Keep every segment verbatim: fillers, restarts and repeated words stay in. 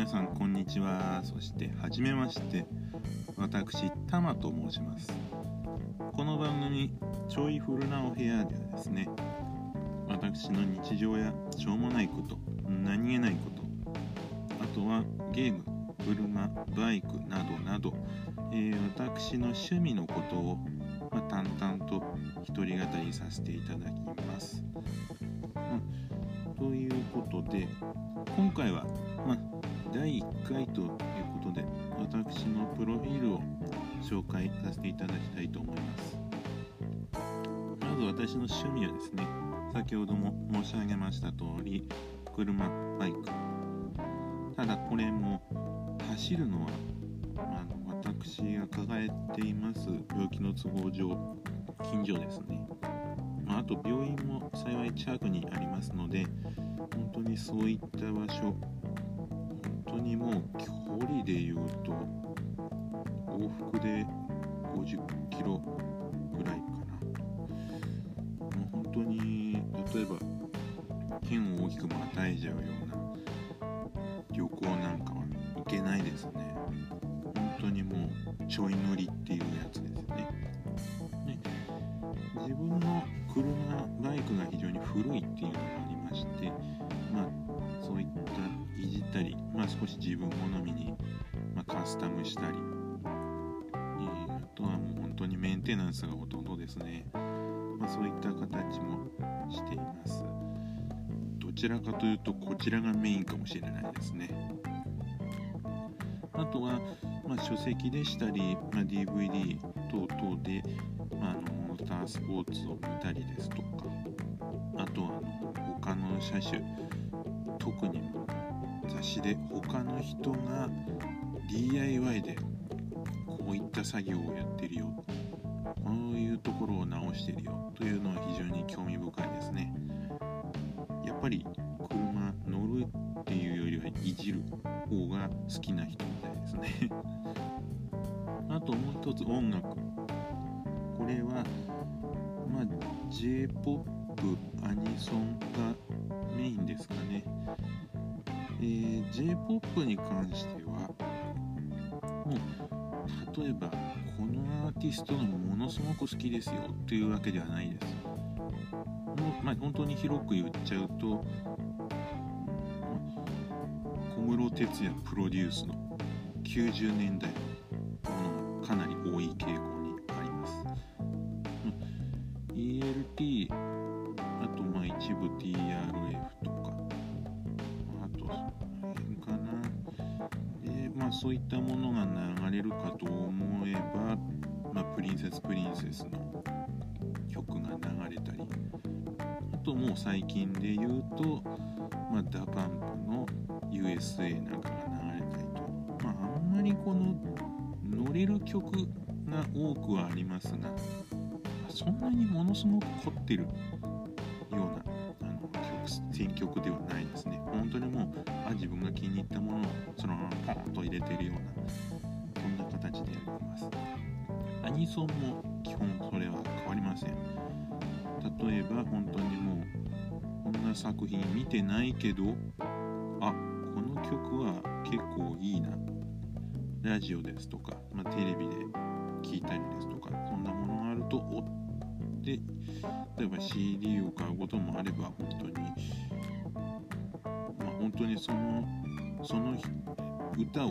皆さんこんにちは。そしてはじめまして、私タマと申します。この番組ちょいフルなお部屋ではですね、私の日常やしょうもないこと、何気ないこと、あとはゲーム、車、バイクなどなど、えー、私の趣味のことを、まあ、淡々と一人語りさせていただきます、うん、ということで今回は、まあ、だいいっかいということで私のプロフィールを紹介させていただきたいと思います。まず私の趣味はですね、先ほども申し上げました通り車、バイク。ただこれも走るのはあの私が抱えています病気の都合上近所ですね、まあ、あと病院も幸い近くにありますので、本当にそういった場所、本当にもう距離でいうと往復でごじゅっキロぐらいかな。もう本当に例えば県を大きくまたいじゃうような旅行なんかは行けないですね。本当にもうちょい乗りっていうやつですよね。ね、自分の車、バイクが非常に古いっていうのがありまして、まあそういったいじったり、まあ少し自分好みに、まあ、カスタムしたり、えー、あとはもう本当にメンテナンスがほとんどですね。まあそういった形もしています。どちらかというとこちらがメインかもしれないですね。あとは、まあ、書籍でしたり、まあ、ディーブイディー 等々で、まあ、あのモータースポーツを見たりですとか、あとはあの他の車種、特に雑誌で他の人が ディーアイワイ でこういった作業をやってるよ、こういうところを直してるよというのは非常に興味深いですね。やっぱり車乗るっていうよりはいじる方が好きな人みたいですねあともう一つ音楽。これはまあ J-ポップ、アニソンがメインですかね。えー、J-ポップ に関してはもう例えばこのアーティストがものすごく好きですよというわけではないです。もう、まあ、本当に広く言っちゃうと小室哲哉プロデュースのきゅうじゅうねんだいのものがかなり多い傾向にあります。イーエルティー、あとまあ一部 ティーアールエフ とか、あとその辺かな。で、まあそういったものが流れるかと思えば、まあ、プリンセスプリンセスの曲が流れたり、あともう最近で言うと、まあ、ダパンプの ユーエスエー なんかが流れたりと、まあ、あんまりこの乗れる曲が多くはありますが、そんなにものすごく凝ってるようなあの曲選曲ではないですね。本当にもうあ自分が気に入ったものをそのままポンと入れてるような、そんな形でやります。アニソンも基本それは変わりません。例えば本当にもうこんな作品見てないけど、あ、この曲は結構いいな、ラジオですとか、まあ、テレビで聞いたりですとか、そんなものがあるとおって例えば シーディー を買うこともあれば、本当にまあ本当にそのその歌を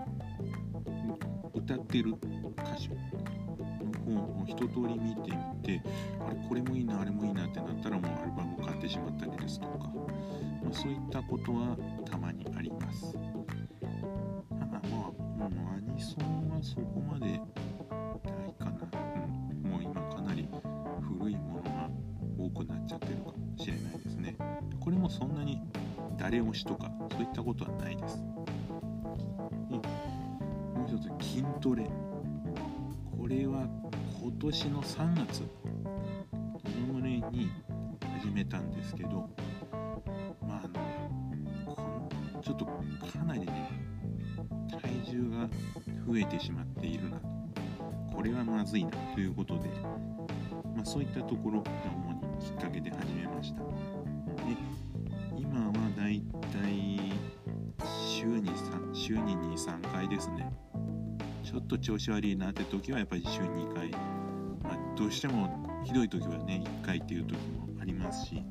歌ってる歌手の方を一通り見てみて、あれこれもいいなあれもいいなってなったらもうアルバムを買ってしまったりですとか、まあ、そういったことはたまにあります。ただまあ、うん、アニソンはそこまでないかな、うん、もう今かなり古いものが多くなっちゃってるかもしれないですね。これもそんなに誰推しとかそういったことはないです。でもう一つ筋トレ。これは今年のさんがつこのぐらいに始めたんですけど、まああのこのちょっとかなりね体重が増えてしまっているなと、これはまずいなということで、まあ、そういったところが主にきっかけで始めました。で今はだいたい週にですね。ちょっと調子悪いなって時はやっぱり週にかい、まあ、どうしてもひどい時はねいっかいっていう時もありますし、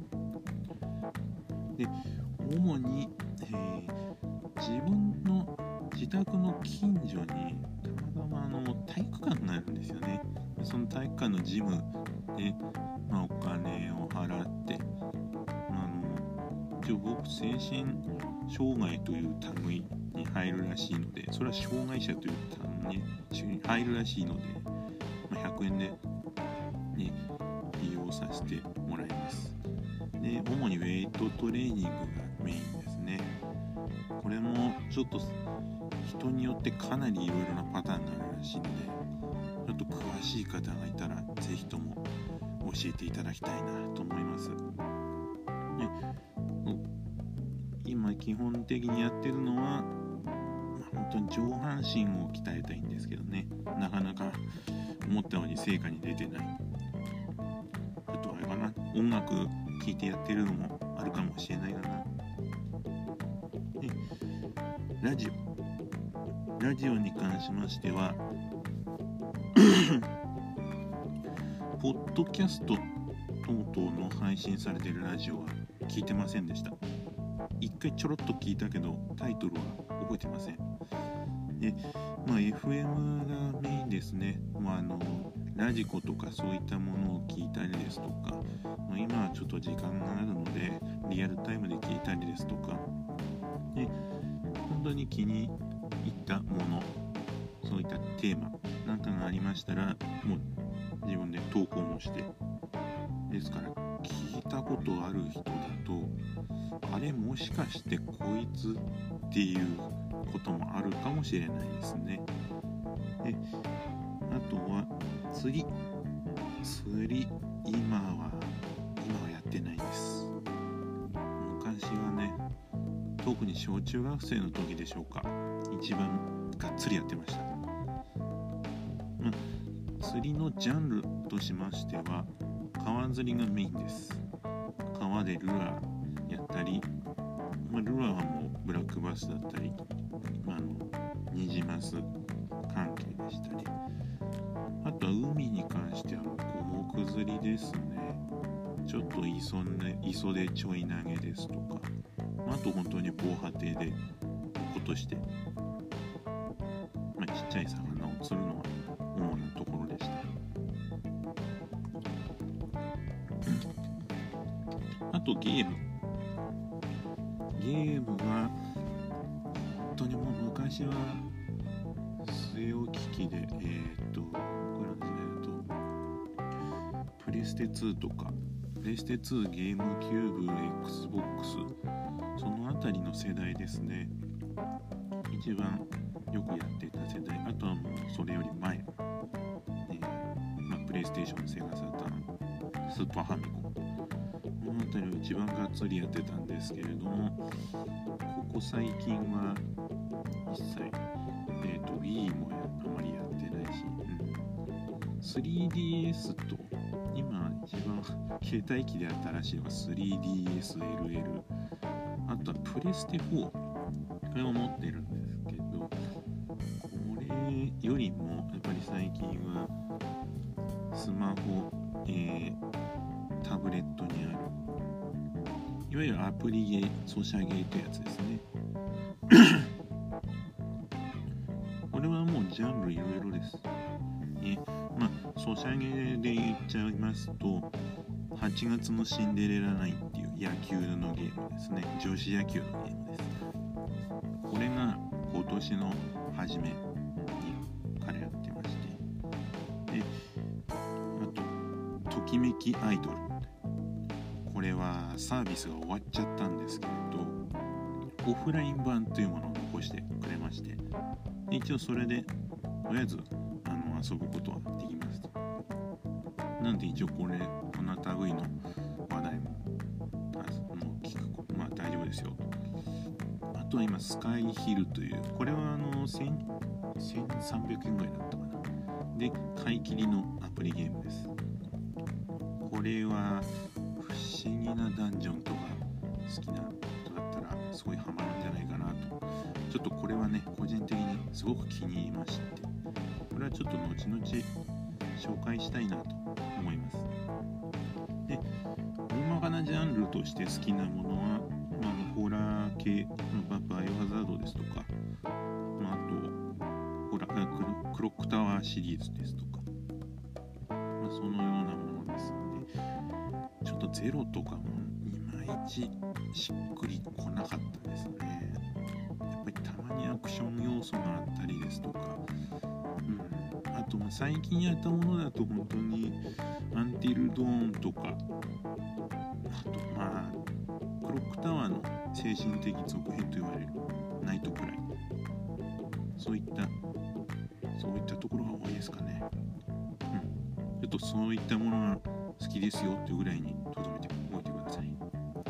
で主に、えー、自分の自宅の近所にたまたまあの体育館があるんですよね。その体育館のジムで、まあ、お金を払って、あの一応僕精神障害という類に入るらしいので、それは障害者という単に入るらしいので、まあ、ひゃくえんで、ね、利用させてもらいます。で主にウェイトトレーニングがメインですね。これもちょっと人によってかなりいろいろなパターンがあるらしいので、ちょっと詳しい方がいたらぜひとも教えていただきたいなと思います。で今基本的にやってるのは本当に上半身を鍛えたいんですけどね、なかなか思ったように成果に出てない。あとあれかな、音楽聴いてやってるのもあるかもしれないかな。でラジオラジオに関しましてはポッドキャスト等々の配信されているラジオは聞いてませんでした。一回ちょろっと聞いたけどタイトルは覚えてません。で、まあ、エフエム がメインですね。まあ、あのラジコとかそういったものを聞いたりですとか、まあ、今はちょっと時間があるのでリアルタイムで聞いたりですとか、で本当に気に入ったもの、そういったテーマなんかがありましたらもう自分で投稿もして、ですから聞いたことある人だとあれもしかしてこいつっていうこともあるかもしれないですね。であとは釣り釣り今は今はやってないです。昔はね、特に小中学生の時でしょうか、一番がっつりやってました。まあ、釣りのジャンルとしましては川釣りがメインです。川でルアーやったり、まあ、ルアーはもうブラックバスだったり、まあ、あのニジマス関係でしたり、あとは海に関しては五目釣りですね。ちょっと磯で、磯でちょい投げですとか、あと本当に防波堤で落として、まあ、ちっちゃい魚を釣るのは主なところでした。あとゲームゲームは本当にもう昔は据え置き機でえっと僕らの時代だとプレステツーとかプレステツー、ゲームキューブ、Xbox、そのあたりの世代ですね。一番よくやっていた世代。あとはもうそれより前、えーまあ、プレイステーション、セガサターン、スーパーファミコン、このあたりを一番がっつりやってたんですけれども、ここ最近は一切、えーと、Wii もあまりやってないし、うん、スリーディーエス と今一番携帯機で新しいのが スリーディーエスエルエル、 あとはプレステフォー、これを持ってるんですけど、これよりもやっぱり最近はスマホ、えー、タブレットにあるいわゆるアプリゲー、ソシャゲーってやつですねこれはもうジャンルいろいろです。えまあ、ソシャゲで言っちゃいますと、はちがつのシンデレラナインっていう野球のゲームですね。女子野球のゲームです。これが今年の初めにからやってまして、であとときめきアイドル、これはサービスが終わっちゃったんですけれど、オフライン版というものを残してくれまして、一応それでとりあえずあの遊ぶことはできます。なんで一応これこんな類の話題も聞くこと、まあ大丈夫ですよ。あとは今スカイヒルという、これはあのせんさんびゃくえんぐらいだったかな。で買い切りのアプリゲームです。これは不思議なダンジョンとか好きな人だったらすごいハマるんじゃないかなとちょっとこれはね個人的にすごく気に入りまして、これはちょっと後々紹介したいなと思います。で、大まかなジャンルとして好きなものは、まあ、ホラー系、まあ、バイオハザードですとか、まあ、あとホラークロックタワーシリーズですとか、まあ、そのようなものですので、ちょっとゼロとかもいまいちしっくりこなかったですね。やっぱりたまにアクション要素があったりですとか、うん、あとまあ最近やったものだと本当にアンティルドーンとか、あとまあクロックタワーの精神的続編と言われるナイトクライ、そういったそういったところが多いですかね。うん、ちょっとそういったものが好きですよっていうぐらいにとどめておいてください。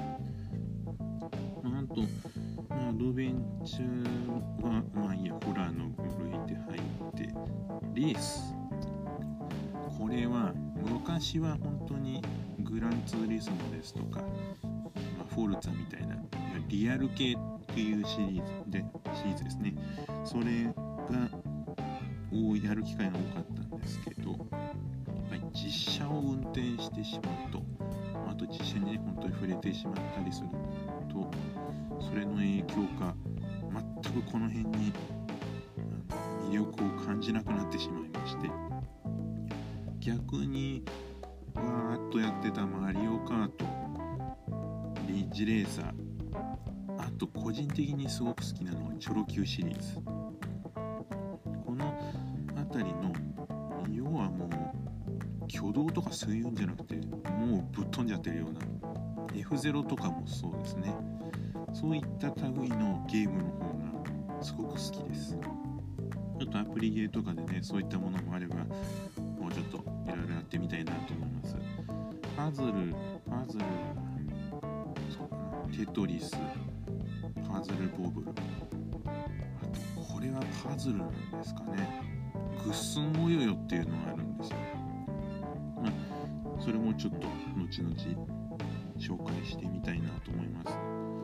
まあ、あと、まあ、アドベンチャーはまあいいや、ホラーの部類で入って、レース、これは昔は本当にグランツーリスモですとか、まあ、フォルツァみたいなリアル系っていうシリーズでシリーズですね、それがをやる機会が多かったんですけど、やっぱり実車を運転してしまうと、あと実車にね本当に触れてしまったりすると、それの影響か全くこの辺に魅力を感じなくなってしまいまして、逆にわーっとやってたマリオカート、リッジレーサー、あと個人的にすごく好きなのはチョロ Q シリーズ、このあたりの要はもう挙動とかそういうんじゃなくて、もうぶっ飛んじゃってるような エフゼロ とかもそうですね、そういった類のゲームの方がすごく好きです。ちょっとアプリゲーとかでね、そういったものもあれば、もうちょっといろいろやってみたいなと思います。パズル、パズル、そうかな、テトリス、パズルボブル、あとこれはパズルなんですかね、グッスンオヨヨっていうのがあるんですよ。まあ、それもちょっと後々紹介してみたいなと思います。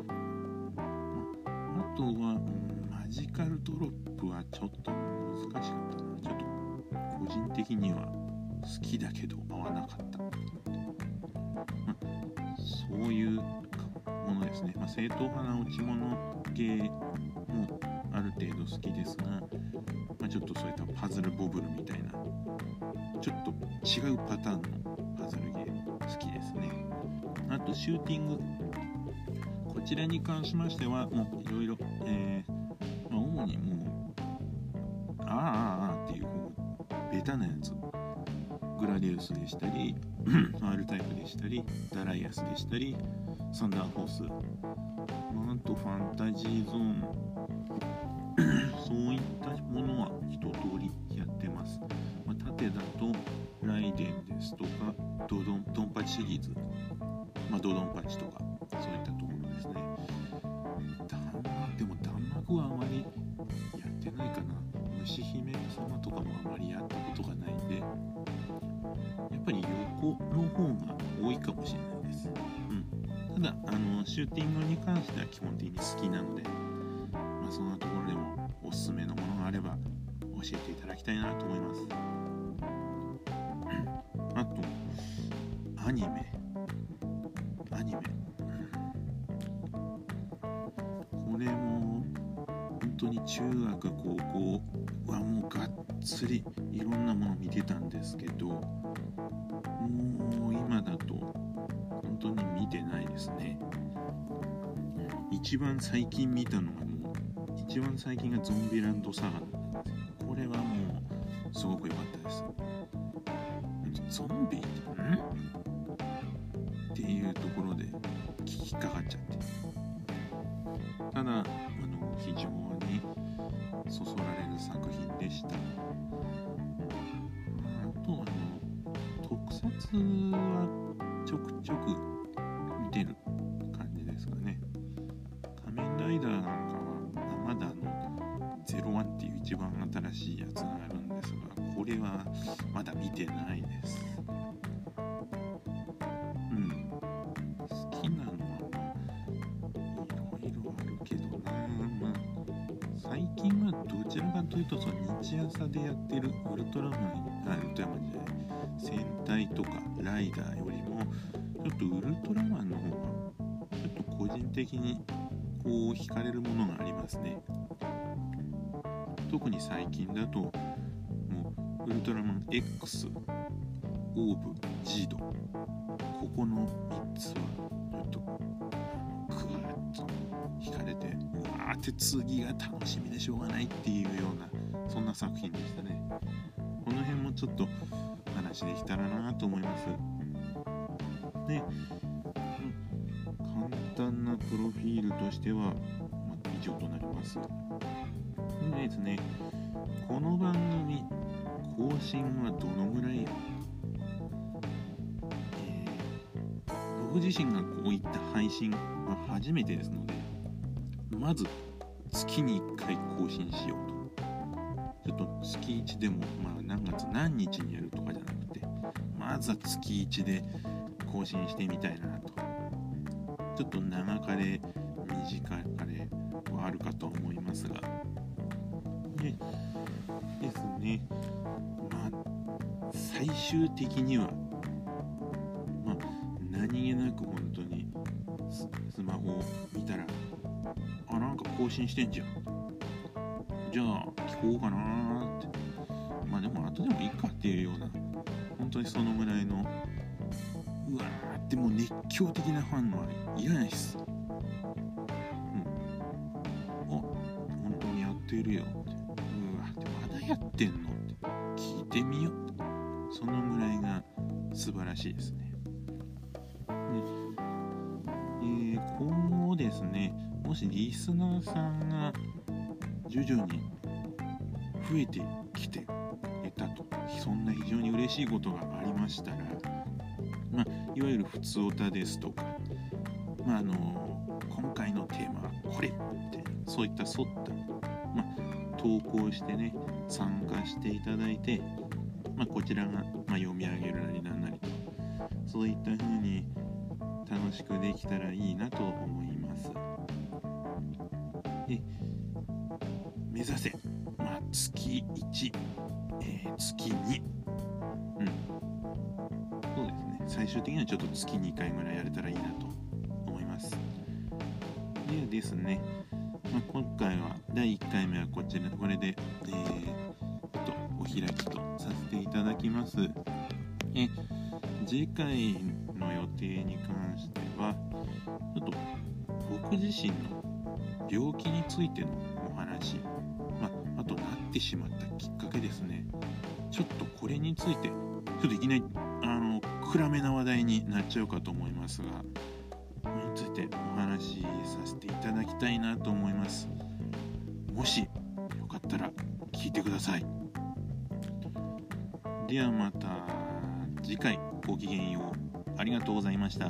あとは、うん、マジカルドロップはちょっと難しかったな。ちょっと個人的には好きだけど合わなかった。まあ、そういうものですね。まあ、正統派な落ち物系もある程度好きですが、まあ、ちょっとそういったパズルボブルみたいなちょっと違うパターンのパズルゲーム好きですね。あとシューティング、こちらに関しましてはもういろいろ、えーまあ、主にもうあーあーあーっていうベタなやつ、グラディウスでしたりR タイプでしたりダライアスでしたりサンダーホース、まあ、あとファンタジーゾーンそういったものは一通りやってます。まあ、縦だとライデンですとかドドンドンパチシリーズ、まあ、ドドンパチとかそういったところですね。弾幕でも弾幕はあまりやってないかな。虫姫様とかもあまりやったことがないんで、やっぱり横の方が多いかもしれないです。うん、ただあのシューティングに関しては基本的に好きなので、まあ、そんなところでもおすすめのものがあれば教えていただきたいなと思います。あとアニメアニメこれも本当に中学高校はもうがっつりいろんなもの見てたんですけど、もう今だと本当に見てないですね。一番最近見たのがもう一番最近がゾンビランドサガなんですよ。これはもうすごく良かったです。ゾンビんっていうところで聞きかかっちゃって、ただあの非常にそそられる作品でした。あとあの特撮はちょくちょく見てる感じですかね。仮面ライダーなんかはまだあのゼロワンっていう一番新しいやつがあるんですが、これはまだ見てないです。うん、好きなのはまあいろいろあるけどな、まあ、 というとその日朝でやってるウルトラマンあウルトラマンじゃない戦隊とかライダーよりもちょっとウルトラマンの方がちょっと個人的にこう惹かれるものがありますね。特に最近だともうウルトラマン X、オーブ、ジード、ここのみっつはちょっとグーッと惹かれて、うわーって次が楽しみでしょうがないっていうようなそんな作品でしたね。この辺もちょっと話できたらなと思います。で、簡単なプロフィールとしては、まあ、以上となります。でですね、この番組更新はどのぐらい、えー、僕自身がこういった配信は初めてですので、まず月にいっかい更新しようと。ちょっと月いちでも、まあ、何月何日にやるとかじゃなくて、まずは月いちで更新してみたいなと。ちょっと長かれ短かれはあるかと思いますが、でですね、まあ最終的には、まあ、何気なく本当に ス, スマホを見たら、あ、なんか更新してんじゃん、じゃあ聞こうかなーって、まあでも後でもいいかっていうような、本当にそのぐらいのうわーってもう熱狂的なファンのあれいらないっす。うん、あ、本当にやってるよって、うわってまだやってんのって聞いてみよう、そのぐらいが素晴らしいですね。で、えー、今後ですね、もしリスナーさんが徐々に増えてきていたと、そんな非常に嬉しいことがありましたら、まあ、いわゆるふつおたですとか、まあ、あの今回のテーマはこれってそういった沿った、まあ、投稿してね参加していただいて、まあ、こちらが、まあ、読み上げるなりなんなりと、そういった風に楽しくできたらいいなと思います。で、目指せ、まあ、月いち、えー、月に、うん、そうですね、最終的にはちょっと月にかいぐらいやれたらいいなと思います。でですね、まあ、今回はだいいっかいめはこちら、これで、えー、とお開きとさせていただきます。え次回の予定に関しては、ちょっと僕自身の病気についてのお話、まあ、あとなってしまったきっかけですね。ちょっとこれについてちょっといきなりあの暗めな話題になっちゃうかと思いますが、これについてお話しさせていただきたいなと思います。もしよかったら聞いてください。ではまた次回、ごきげんよう。ありがとうございました。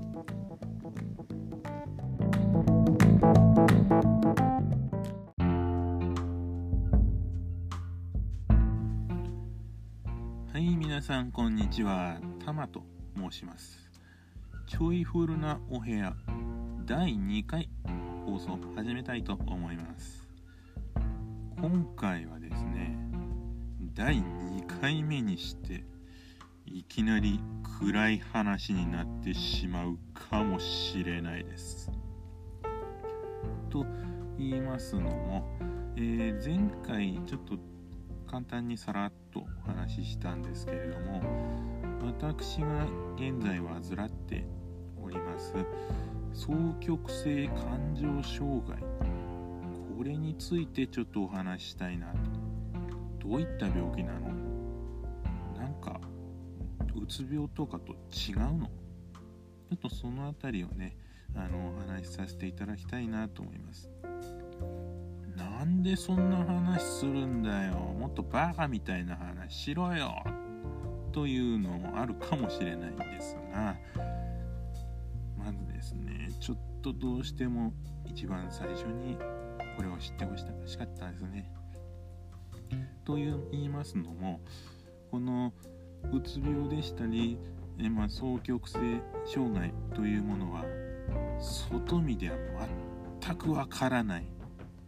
はい、皆さんこんにちは。タマと申します。ちょいフルなお部屋だいにかい放送始めたいと思います。今回はですね、だいにかいめにしていきなり暗い話になってしまうかもしれないです。と言いますのも、えー、前回ちょっと簡単にさらっとお話ししたんですけれども、私が現在患っております双極性感情障害、これについてちょっとお話ししたいなと。どういった病気なの？なんかうつ病とかと違うの？ちょっとそのあたりをね、あのお話しさせていただきたいなと思います。なんでそんな話するんだよ、もっとバカみたいな話しろよというのもあるかもしれないんですが、まずですね、ちょっとどうしても一番最初にこれを知ってほしかったですね。という言いますのも、このうつ病でしたり、え、まあ、双極性障害というものは外見では全くわからない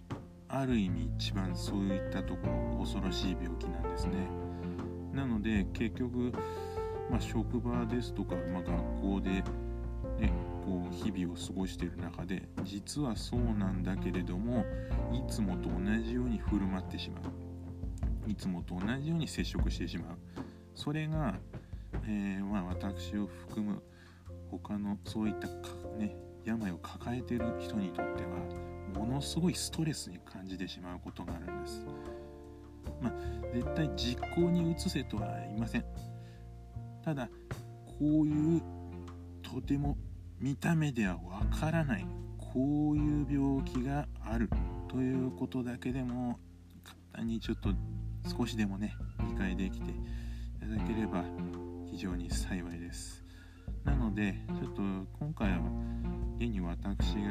ある意味一番そういったところ恐ろしい病気なんですね。なので結局、まあ、職場ですとか、まあ、学校で、ね、こう日々を過ごしている中で実はそうなんだけれどもいつもと同じように振る舞ってしまう、いつもと同じように接触してしまう。それが、えーまあ、私を含む他のそういったか、ね、病を抱えている人にとってはものすごいストレスに感じてしまうことがあるんです。まあ、絶対実行に移せとは言いません。ただこういうとても見た目ではわからないこういう病気があるということだけでも簡単にちょっと少しでもね理解できていただければ非常に幸いです。なのでちょっと今回は現に私を、うん、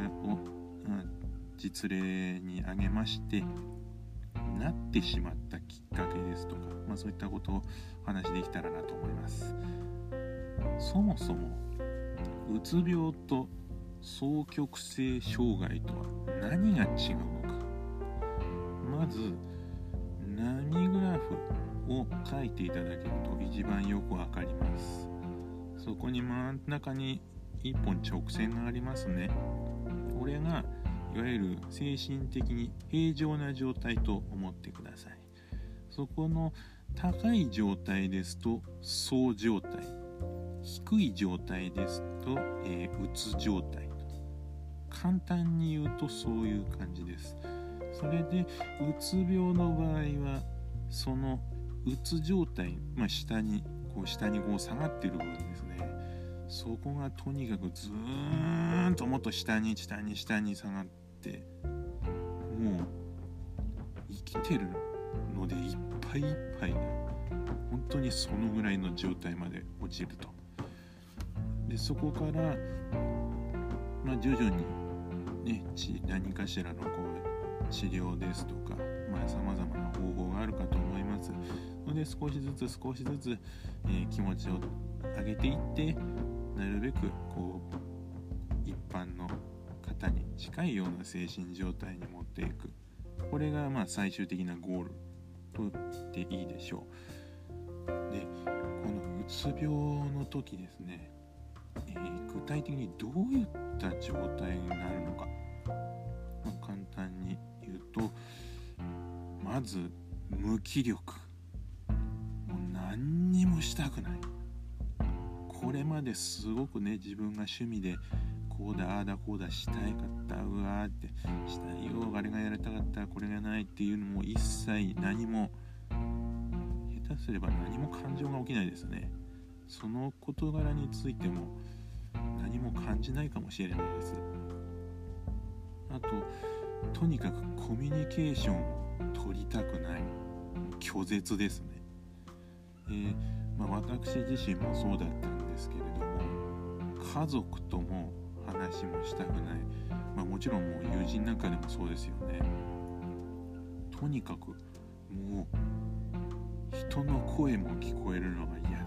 実例に挙げましてなってしまったきっかけですとか、まあ、そういったことをお話しできたらなと思います。そもそもうつ病と双極性障害とは何が違うのか。まず波グラフを書いていただけると一番よくわかります。そこに真ん中に一本直線がありますね。これがいわゆる精神的に平常な状態と思ってください。そこの高い状態ですとそう状態、低い状態ですと、えー、うつ状態。簡単に言うとそういう感じです。それでうつ病の場合はそのうつ状態、まあ、下にこう下にこう下がってる部分ですね。そこがとにかくずーんともっと下に下に下に下がってもう生きてるのでいっぱいいっぱいで本当にそのぐらいの状態まで落ちると。でそこから、まあ、徐々にね何かしらのこう治療ですとかさまざ、まな方法があるかと思います。ので少しずつ少しずつ、えー、気持ちを上げていってなるべくこう一般の方に近いような精神状態に持っていく。これがまあ最終的なゴールと言っていいでしょう。でこのうつ病の時ですね、えー、具体的にどういった状態になるのか、まあ、簡単に言うとまず無気力、もう何にもしたくない。これまですごくね自分が趣味でこうだああだこうだしたいかった、うわーってしたいよ、あれがやりたかった、これがないっていうのも一切何も、下手すれば何も感情が起きないですね。その事柄についても何も感じないかもしれないです。あととにかくコミュニケーションを取りたくない、拒絶ですね。えーまあ、私自身もそうだったんですけれども家族とも話もしたくない、まあ、もちろんもう友人なんかでもそうですよね。とにかくもう人の声も聞こえるのが嫌だ、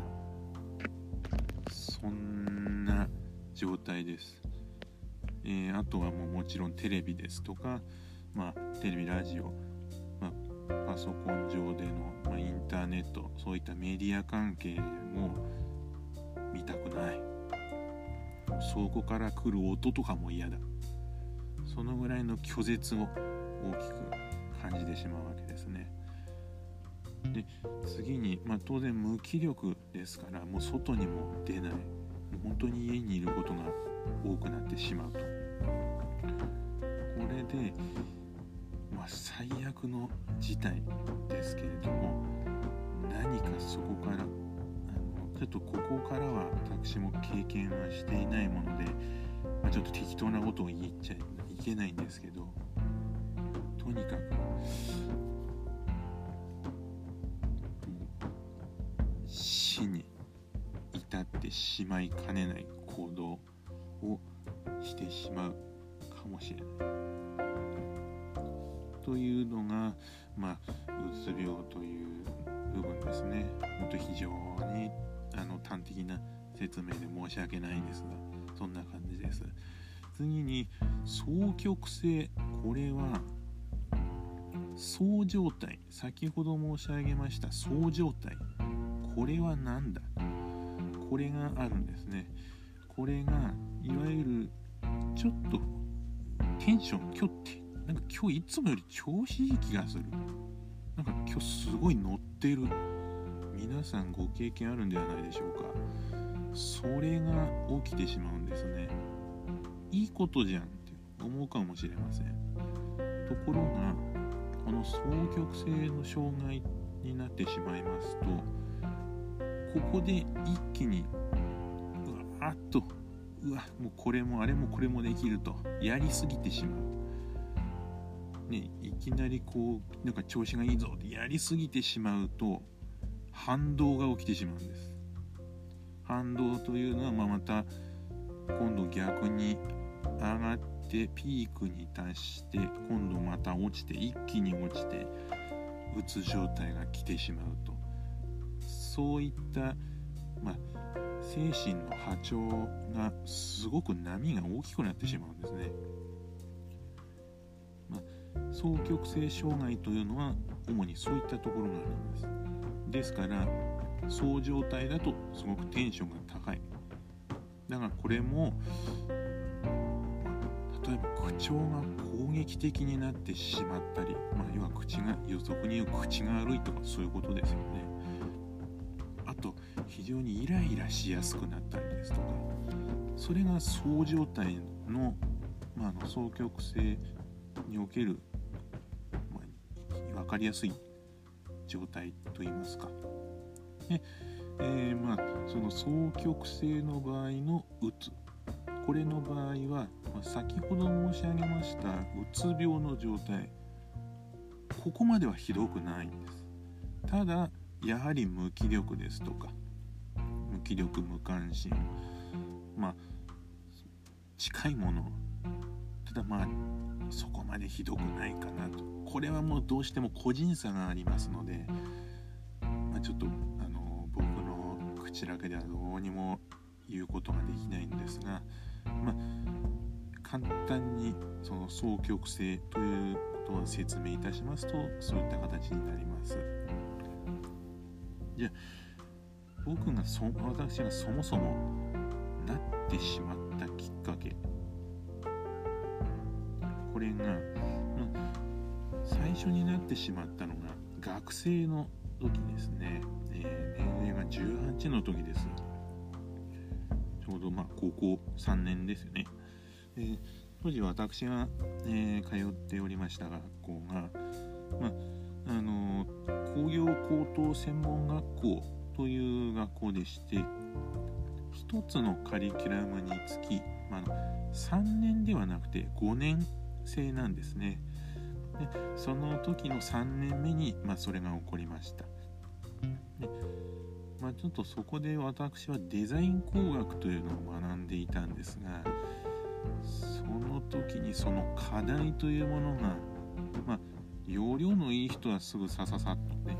そんな状態です。えー、あとはもうもちろんテレビですとか、まあ、テレビラジオ、まあ、パソコン上での、まあ、インターネット、そういったメディア関係も見たくない。そこから来る音とかも嫌だ。そのぐらいの拒絶を大きく感じてしまうわけですね。で次に、まあ、当然無気力ですからもう外にも出ない、もう本当に家にいることが多くなってしまうと。これで、まあ、最悪の事態ですけれども、何かそこからあのちょっとここからは私も経験はしていないもので、まあ、ちょっと適当なことを言っちゃいけないんですけど、とにかく死に至ってしまいかねない行動をしてしまうかもしれないというのが、まあ、うつ病という部分ですね。本当非常にあの端的な説明で申し訳ないんですが、そんな感じです。次に双極性、これはそう状態、先ほど申し上げましたそう状態、これは何だ、これがあるんですね。これがいわゆるちょっとテンション今日ってなんか今日いつもより調子いい気がする、なんか今日すごい乗ってる、皆さんご経験あるんではないでしょうか。それが起きてしまうんですね。いいことじゃんって思うかもしれません。ところがこの双極性の障害になってしまいますと、ここで一気にうわーっとうわもうこれもあれもこれもできるとやりすぎてしまう、ね、いきなりこうなんか調子がいいぞってやりすぎてしまうと反動が起きてしまうんです。反動というのはまあまた今度逆に上がってピークに達して今度また落ちて一気に落ちてうつ状態が来てしまうと、そういった、まあ、精神の波長がすごく波が大きくなってしまうんですね。まあ、双極性障害というのは主にそういったところがあるんです。ですからそう状態だとすごくテンションが高い。だからこれも例えば口調が攻撃的になってしまったり、まあ、要は口が予測に言う口が悪いとかそういうことですよね。あと非常にイライラしやすくなったりですとか、それがそう状態の、まあ、あの双極性における、まあ、分かりやすい状態といいますか。で、えー、まあその双極性の場合のうつ、これの場合は、まあ、先ほど申し上げましたうつ病の状態、ここまではひどくないんです。ただやはり無気力ですとか無気力無関心、まあ近いもの、ただまあそこまでひどくないかなと。これはもうどうしても個人差がありますので、まあ、ちょっとあの僕の口だけではどうにも言うことができないんですが、まあ簡単にその双極性ということを説明いたしますとそういった形になります。じゃあ僕がそ私がそもそもなってしまったきっかけ、これが、まあ、最初になってしまったのが学生の時ですね、えー、年齢がじゅうはちの時です。ちょうどまあ高校さんねんですよね。えー、当時私が、えー、通っておりました学校が、まああのー、工業高等専門学校という学校でして、一つのカリキュラムにつき、まあ、さんねんではなくてごねん制なんですね。でその時のさんねんめに、まあ、それが起こりました。で、まあ、ちょっとそこで私はデザイン工学というのを学んでいたんですが、その時にその課題というものが、まあ、要領のいい人はすぐさささっとね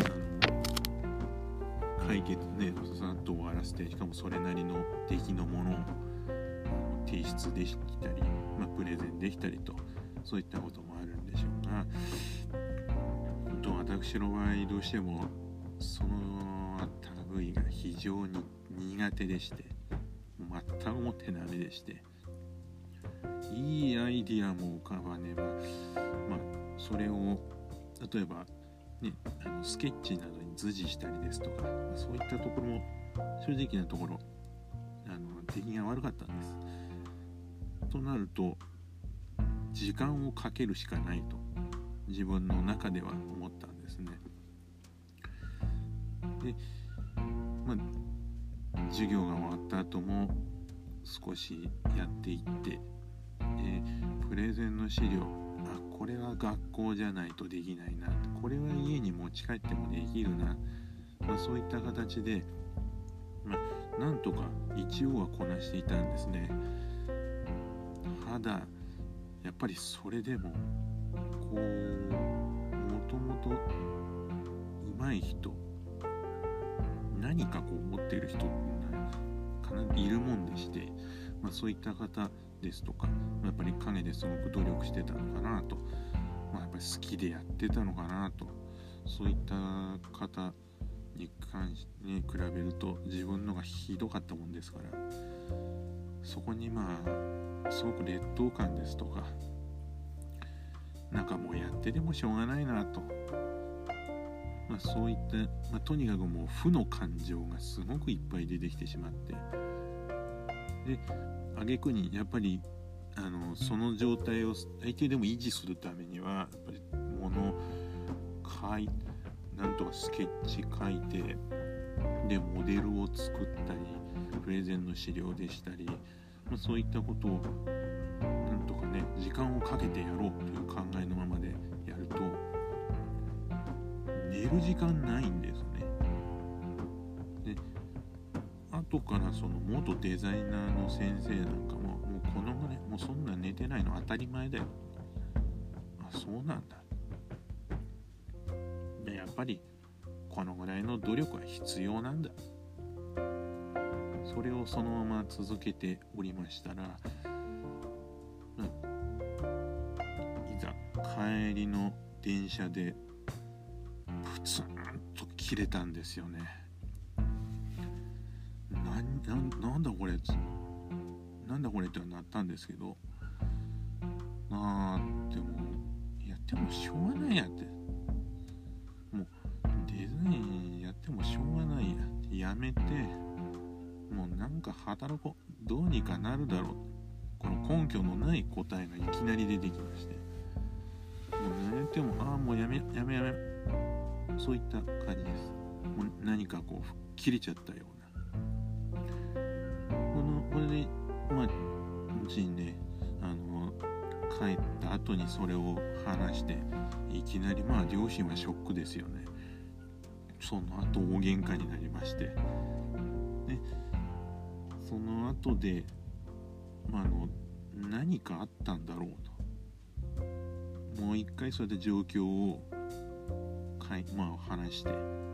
解決ねささっと終わらせて、しかもそれなりの出来のものを提出できたり、まあ、プレゼンできたりと、そういったこともあるんでしょうが、と私の場合どうしてもその類が非常に苦手でして、全くもってダメでして、いいアイディアも浮かばねば、まあそれを例えばね、あのスケッチなどに図示したりですとか、そういったところも正直なところあの出来が悪かったんです。となると時間をかけるしかないと自分の中では思ったんですね。で、まあ、授業が終わった後も少しやっていって、えー、プレゼンの資料、あ、これは学校じゃないとできないな、これは家に持ち帰ってもできるな、まあ、そういった形で、まあ、なんとか一応はこなしていたんですね。ただやっぱりそれでもこうもともと上手い人、何かこう持っている人かないるもんでして、まあ、そういった方ですとかやっぱり陰ですごく努力してたのかなと、まあ、やっぱが好きでやってたのかなと、そういった方に関しに比べると自分のがひどかったもんですから、そこにまあすごく劣等感ですとか、なんかもうやってでもしょうがないなと、まあ、そういった、まあ、とにかくもう負の感情がすごくいっぱい出てきてしまって、で挙句にやっぱりあのその状態を最低でも維持するためにはやっぱり物を書いなんとかスケッチ書いて、でモデルを作ったりプレゼンの資料でしたり、まあ、そういったことをなんとかね時間をかけてやろうという考えのままでやると寝る時間ないんですね。で後からその元デザイナーの先生なんかももうこのぐらいもうそんな寝てないの当たり前だよ、あそうなんだ、でやっぱりこのぐらいの努力は必要なんだ、それをそのまま続けておりましたら、うん、いざ帰りの電車でプツンと切れたんですよね。な, な, なんだこれなんだこれってなったんですけど、あーでもやってもしょうがないやって、もうデザインやってもしょうがないやってやめて、もうなんか働こう、どうにかなるだろう、この根拠のない答えがいきなり出てきまして、もうやめてもああもうやめやめやめそういった感じです。もう何かこう切れちゃったような、このこれでまあうちにねあの帰った後にそれを話して、いきなりまあ両親はショックですよね。その後大喧嘩になりまして、でその後で、まあ、あの何かあったんだろうと、もう一回それで状況をかい、まあ、話して、で、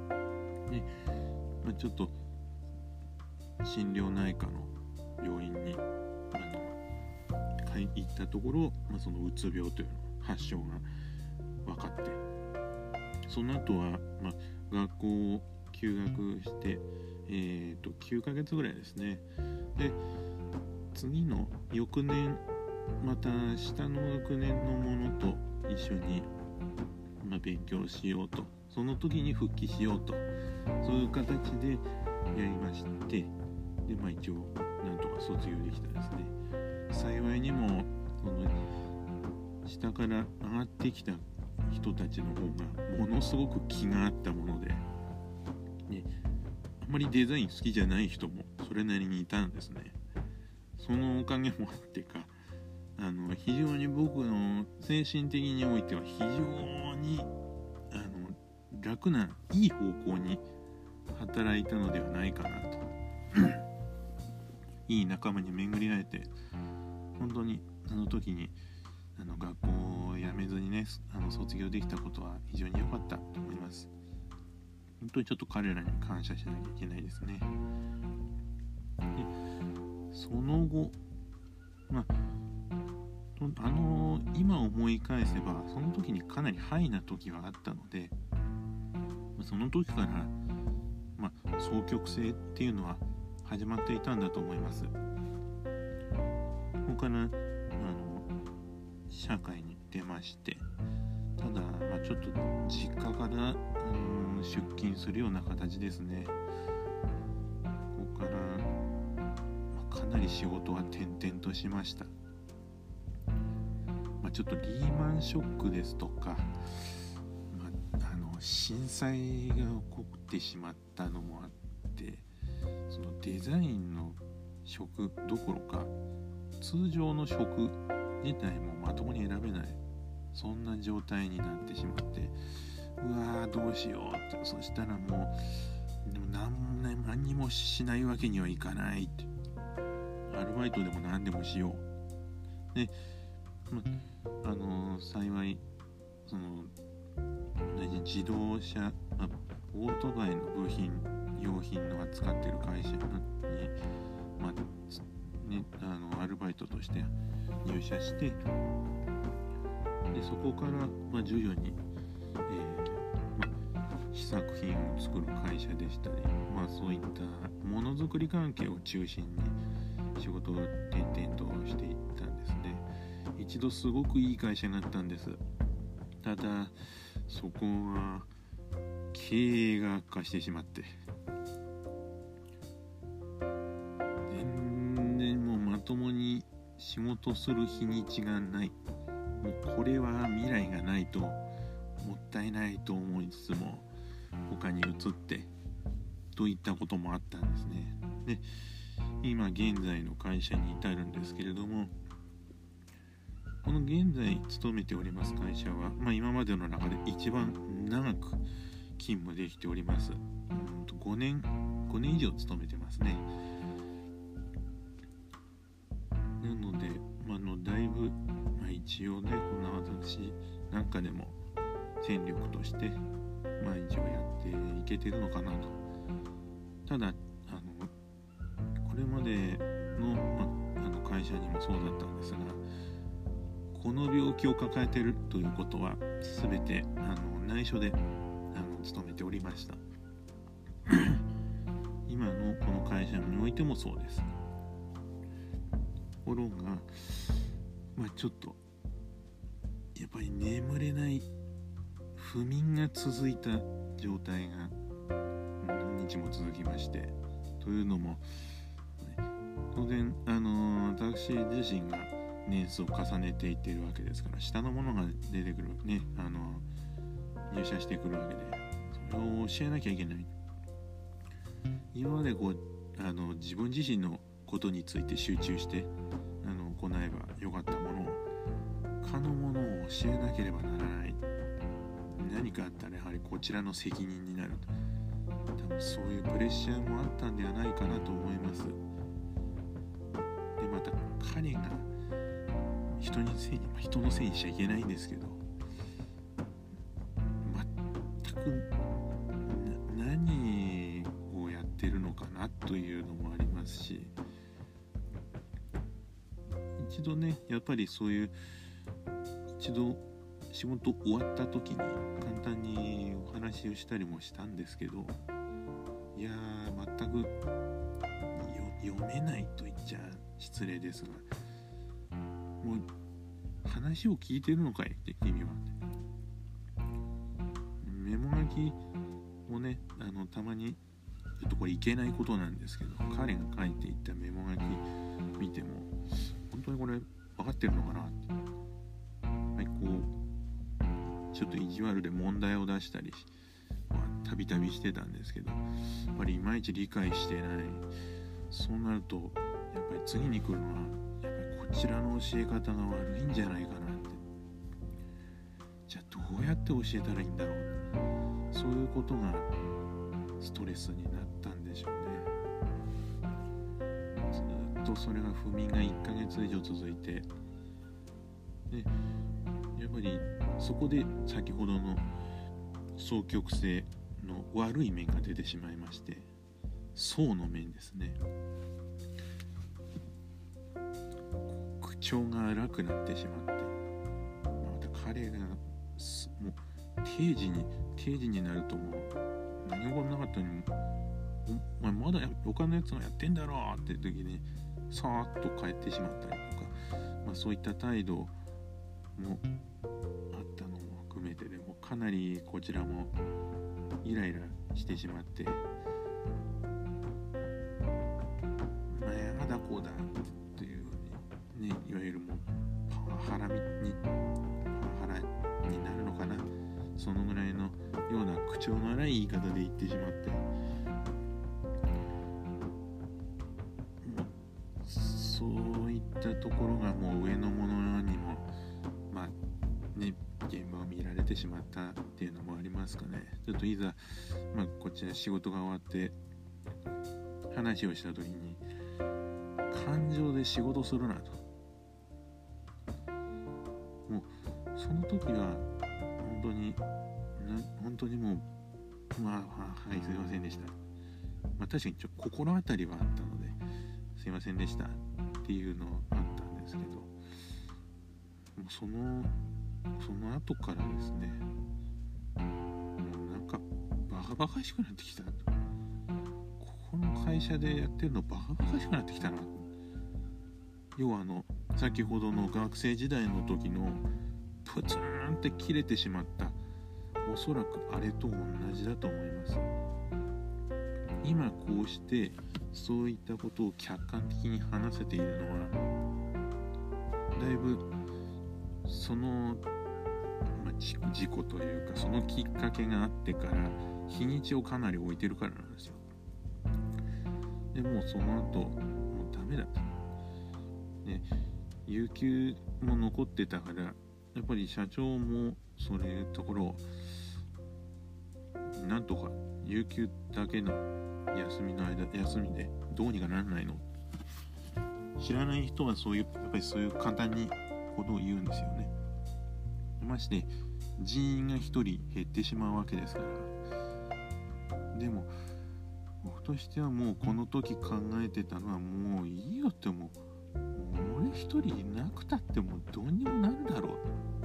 まあ、ちょっと心療内科の病院にあの行ったところ、まあ、そのうつ病というの発症が分かって、その後は、まあ、学校を休学して、えー、ときゅうかげつぐらいですね。で次の翌年また下の学年のものと一緒に、まあ、勉強しようと、その時に復帰しようと、そういう形でやりまして、で、まあ、一応なんとか卒業できたですね。幸いにもその下から上がってきた人たちの方がものすごく気があったもので、ね、あんまりデザイン好きじゃない人もそれなりにいたんですね。そのおかげもあってか、あの非常に僕の精神的においては非常にあの楽ないい方向に働いたのではないかなといい仲間に巡り会えて、本当にあの時にあの学校を辞めずにねあの卒業できたことは非常に良かったと思います。本当にちょっと彼らに感謝しなきゃいけないですね。でその後、まああの今思い返せばその時にかなりハイな時はあったので、その時から、まあ、双極性っていうのは始まっていたんだと思います。ここからあの社会に出まして、ただ、まあ、ちょっと実家から、うん、出勤するような形ですね。ここから、まあ、かなり仕事は転々としました。まあ、ちょっとリーマンショックですとか、まあ、あの震災が起こってしまったのもあって、そのデザインの職どころか通常の職自体もまともに選べない、そんな状態になってしまって、うわーどうしようって、そしたらもうでも 何, 何にもしないわけにはいかないって、アルバイトでも何でもしようで、まあのー、幸いその自動車、まあ、オートバイの部品用品の扱っている会社に、まあね、あのアルバイトとして入社して、 でそこから、まあ、徐々に、えーまあ、試作品を作る会社でしたり、まあ、そういったものづくり関係を中心に仕事を転々としていったんですね。一度すごくいい会社になったんです。ただそこは経営が悪化してしまって、全然もうまともに仕事する日にちがない。もうこれは未来がないともったいないと思いつつも他に移ってといったこともあったんですね。で、今現在の会社に至るんですけれども、この現在勤めております会社は、まあ、今までの中で一番長く勤務できております。うんとごねんごねん以上勤めてますね。なので、まあ、のだいぶ、まあ、一応ね、こんな私なんかでも戦力として毎日をやっていけてるのかなと。ただあのこれまでの、まあ、あの会社にもそうだったんですが、この病気を抱えているということは全てあの内緒であの勤めておりました今のこの会社においてもそうです。ところが、まあ、ちょっとやっぱり眠れない不眠が続いた状態が何日も続きまして、というのも当然あの私自身が年数を重ねていっているわけですから、下のものが出てくるね、あの入社してくるわけで、それを教えなきゃいけない。今までこうあの自分自身のことについて集中してあの行えばよかったものを、他のものを教えなければならない。何かあったらやはりこちらの責任になる。多分そういうプレッシャーもあったんではないかなと思います。でまた彼が人にせいに、人のせいにしちゃいけないんですけど、全く何をやってるのかなというのもありますし、一度ねやっぱりそういう一度仕事終わった時に簡単にお話をしたりもしたんですけど、いやー全く読めないと言っちゃ失礼ですが、もう話を聞いてるのかいって君は。メモ書きもね、あのたまにちょっとこれいけないことなんですけど、彼が書いていったメモ書き見ても本当にこれ分かってるのかなって、はい、こうちょっと意地悪で問題を出したりたびたびしてたんですけど、やっぱりいまいち理解してない。そうなるとやっぱり次に来るのはやっぱりこちらの教え方が悪いんじゃないかなって。じゃあどうやって教えたらいいんだろう。そういうことがストレスになったんでしょうね。ずっとそれが不眠がいっかげつ以上続いて、でやっぱりそこで先ほどの双極性の悪い面が出てしまいまして、層の面ですね。口調が荒くなってしまって、また彼がもう定時に定時になるともう何事もなかったのに、お前まだ他のやつがやってんだろうって時にさーっと帰ってしまったりとか、まあ、そういった態度もあったのも含めて、でもかなりこちらもイライラしてしまって、まあやだこうだっていうね、いわゆるもうパワハラにパワハラになるのかな、そのぐらいのような口調の荒い言い方で言ってしまって、もうそういったところがもう上の者にもまあね現場を見られてしまったっていうのもありますかね。ちょっといざ、まあ、こっちら仕事が終わって話をした時に、感情で仕事するなと、もうその時は本当に本当にもうまあはいすいませんでした、まあ、確かにちょっと心当たりはあったのですいませんでしたっていうのはあったんですけど、もうそのその後からですね、もうなんかバカバカしくなってきた。ここの会社でやってるのバカバカしくなってきたな。要はあの先ほどの学生時代の時のプツンって切れてしまった、おそらくあれと同じだと思います。今こうしてそういったことを客観的に話せているのは、だいぶその、まあ、事故というかそのきっかけがあってから日にちをかなり置いてるからなんですよ。でもうその後もうダメだった、ね、有給も残ってたから、やっぱり社長もそれいうところをなんとか有給だけの休みの間休みでどうにかならないの。知らない人はそういうやっぱりそういう簡単にことを言うんですよね。まして人員が一人減ってしまうわけですから。でも僕としてはもうこの時考えてたのは、もういいよってもう、もう俺一人いなくたってもどうにもなるだろ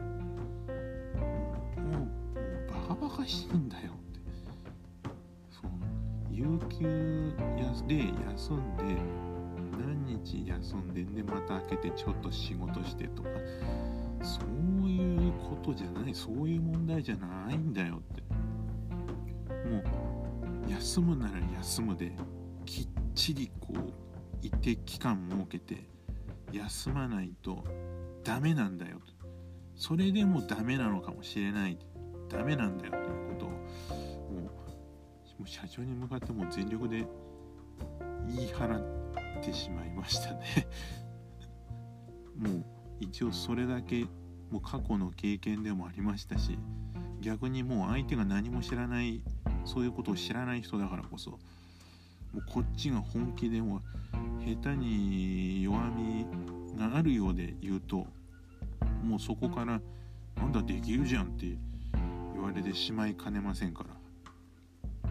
う。もう、もうバカバカしいんだよって。そう、有給で休んで何日休んででまた開けてちょっと仕事してとか、そういうことじゃない、そういう問題じゃないんだよって。もう休むなら休むできっちりこう一定期間設けて休まないとダメなんだよと。それでもダメなのかもしれない、ダメなんだよということをもう、もう社長に向かってもう全力で言い払ってしまいましたねもう一応それだけもう過去の経験でもありましたし、逆にもう相手が何も知らない、そういうことを知らない人だからこそ、もうこっちが本気でも下手に弱みがあるようで言うと、もうそこからなんだできるじゃんって言われてしまいかねませんから。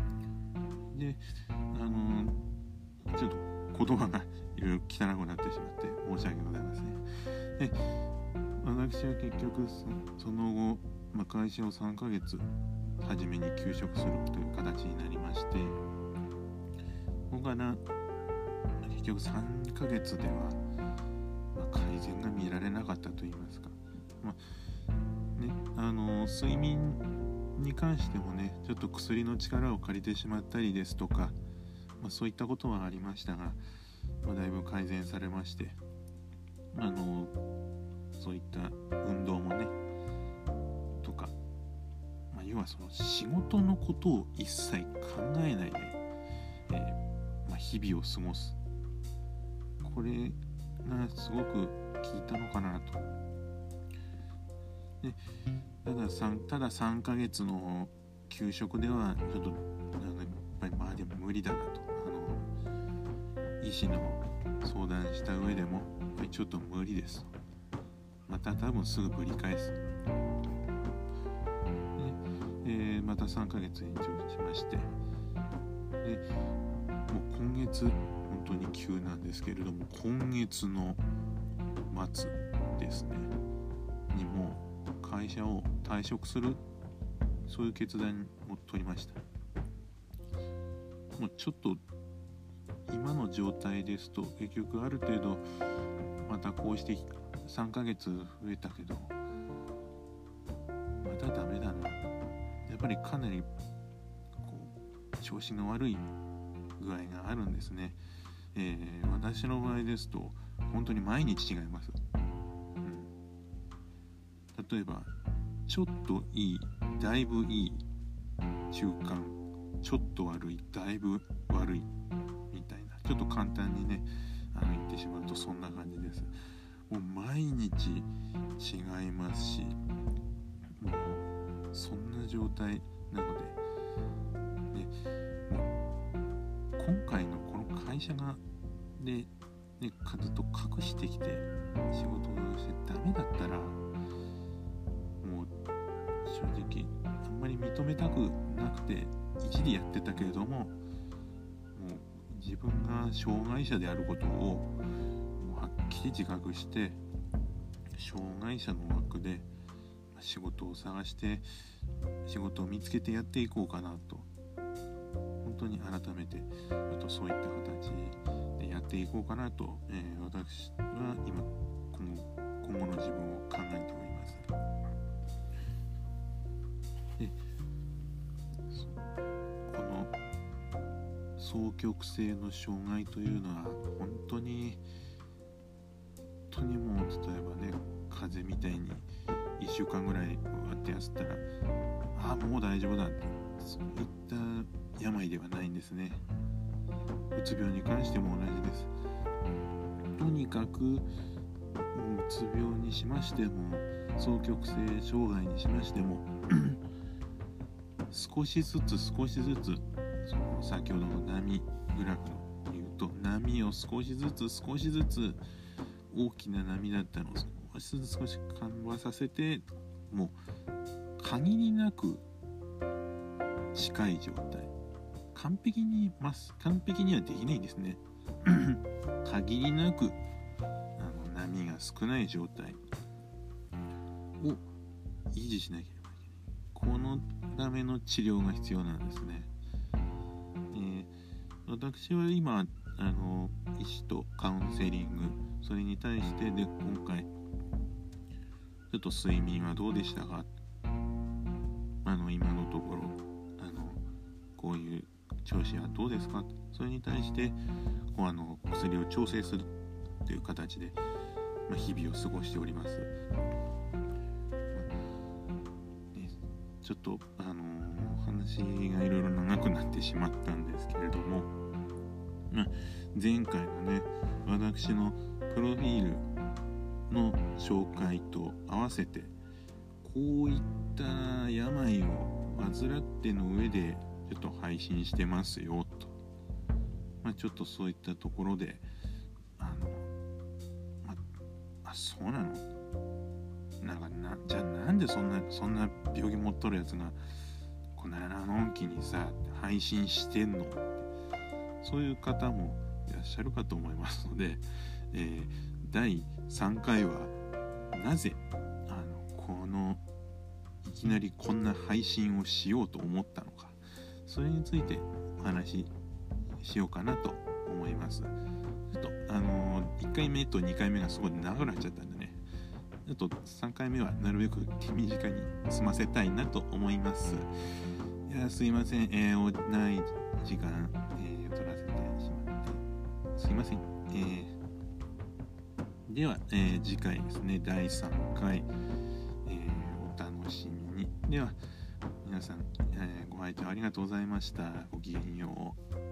で、あのちょっと言葉がいろいろ汚くなってしまって申し訳ございません。で、私は結局その後、まあ、会社をさんかげつ初めに休職するという形になりまして、ここから結局さんかげつでは、まあ、改善が見られなかったといいますか、まあね、あの睡眠に関してもね、ちょっと薬の力を借りてしまったりですとか、まあ、そういったことはありましたが、まあ、だいぶ改善されまして、あのそういった運動もねとか、まあ、要はその仕事のことを一切考えないで、えーまあ、日々を過ごす、これがすごく効いたのかなと。でただ 3, たださんかげつの休職ではちょっとやっぱりまあでも無理だなと、あの医師の相談した上でもやっぱりちょっと無理です。また多分すぐぶり返す。で、えー、またさんかげつ延長しまして、でもう今月本当に急なんですけれども、今月の末ですねにもう会社を退職する、そういう決断を取りました。もうちょっと今の状態ですと結局ある程度またこうしてさんかげつ増えたけどまたダメだな、やっぱりかなりこう調子が悪い具合があるんですね。えー、私の場合ですと本当に毎日違います、うん、例えばちょっといい、だいぶいい、中間、ちょっと悪い、だいぶ悪いみたいな、ちょっと簡単にねあの言ってしまうとそんな感じです。もう毎日違いますし、もうそんな状態なので、でもう今回のこの会社がで、ね、ずっと隠してきて仕事をしてダメだったら、もう正直あんまり認めたくなくて一理やってたけれども、もう自分が障害者であることをもうはっきり自覚して、障害者の枠で仕事を探して仕事を見つけてやっていこうかなと、本当に改めてちょっとそういった形でやっていこうかなと、えー、私は今今後、今後の自分を考えております。でこの双極性の障害というのは本当に本当にもう、例えばね、風邪みたいにいっしゅうかんぐらいこうやってやったら、ああもう大丈夫だって、そういった病ではないんですね。うつ病に関しても同じです。とにかくうつ病にしましても双極性障害にしましても少しずつ少しずつ、その先ほどの波グラフの言うと、波を少しずつ少しずつ大きな波だったのを少しずつ少し緩和させて、もう限りなく近い状態、完璧にます完璧にはできないんですね限りなくあの波が少ない状態を維持しなければいけない。このための治療が必要なんですね。えー、私は今あの医師とカウンセリング、それに対してで今回ちょっと睡眠はどうでしたか、あの今のところあのこういう調子はどうですか、それに対してこうあの薬を調整するという形で、まあ、日々を過ごしております。ちょっとあのー、話がいろいろ長くなってしまったんですけれども、まあ、前回のね、私のプロフィールの紹介と合わせて、こういった病を患っての上でちょっと配信してますよと、まあ、ちょっとそういったところであの、まあ、あそうなのなんかなじゃあなんでそんなそんな病気持っとるやつがこんなのんきにさ配信してんのって、そういう方もいらっしゃるかと思いますので、えー、だいさんかいはなぜあのこのいきなりこんな配信をしようと思ったのか、それについてお話ししようかなと思います。ちょっとあのー、いっかいめとにかいめがすごい長くなっちゃったんでね、ちょっとさんかいめはなるべく手短に済ませたいなと思います。いやすいません、えー、おない時間、えー、取らせてしまってすいません。えー、では、えー、次回ですね、だいさんかい、えー、お楽しみに。では皆さん、えー、ご拝聴ありがとうございました。ごきげんよう。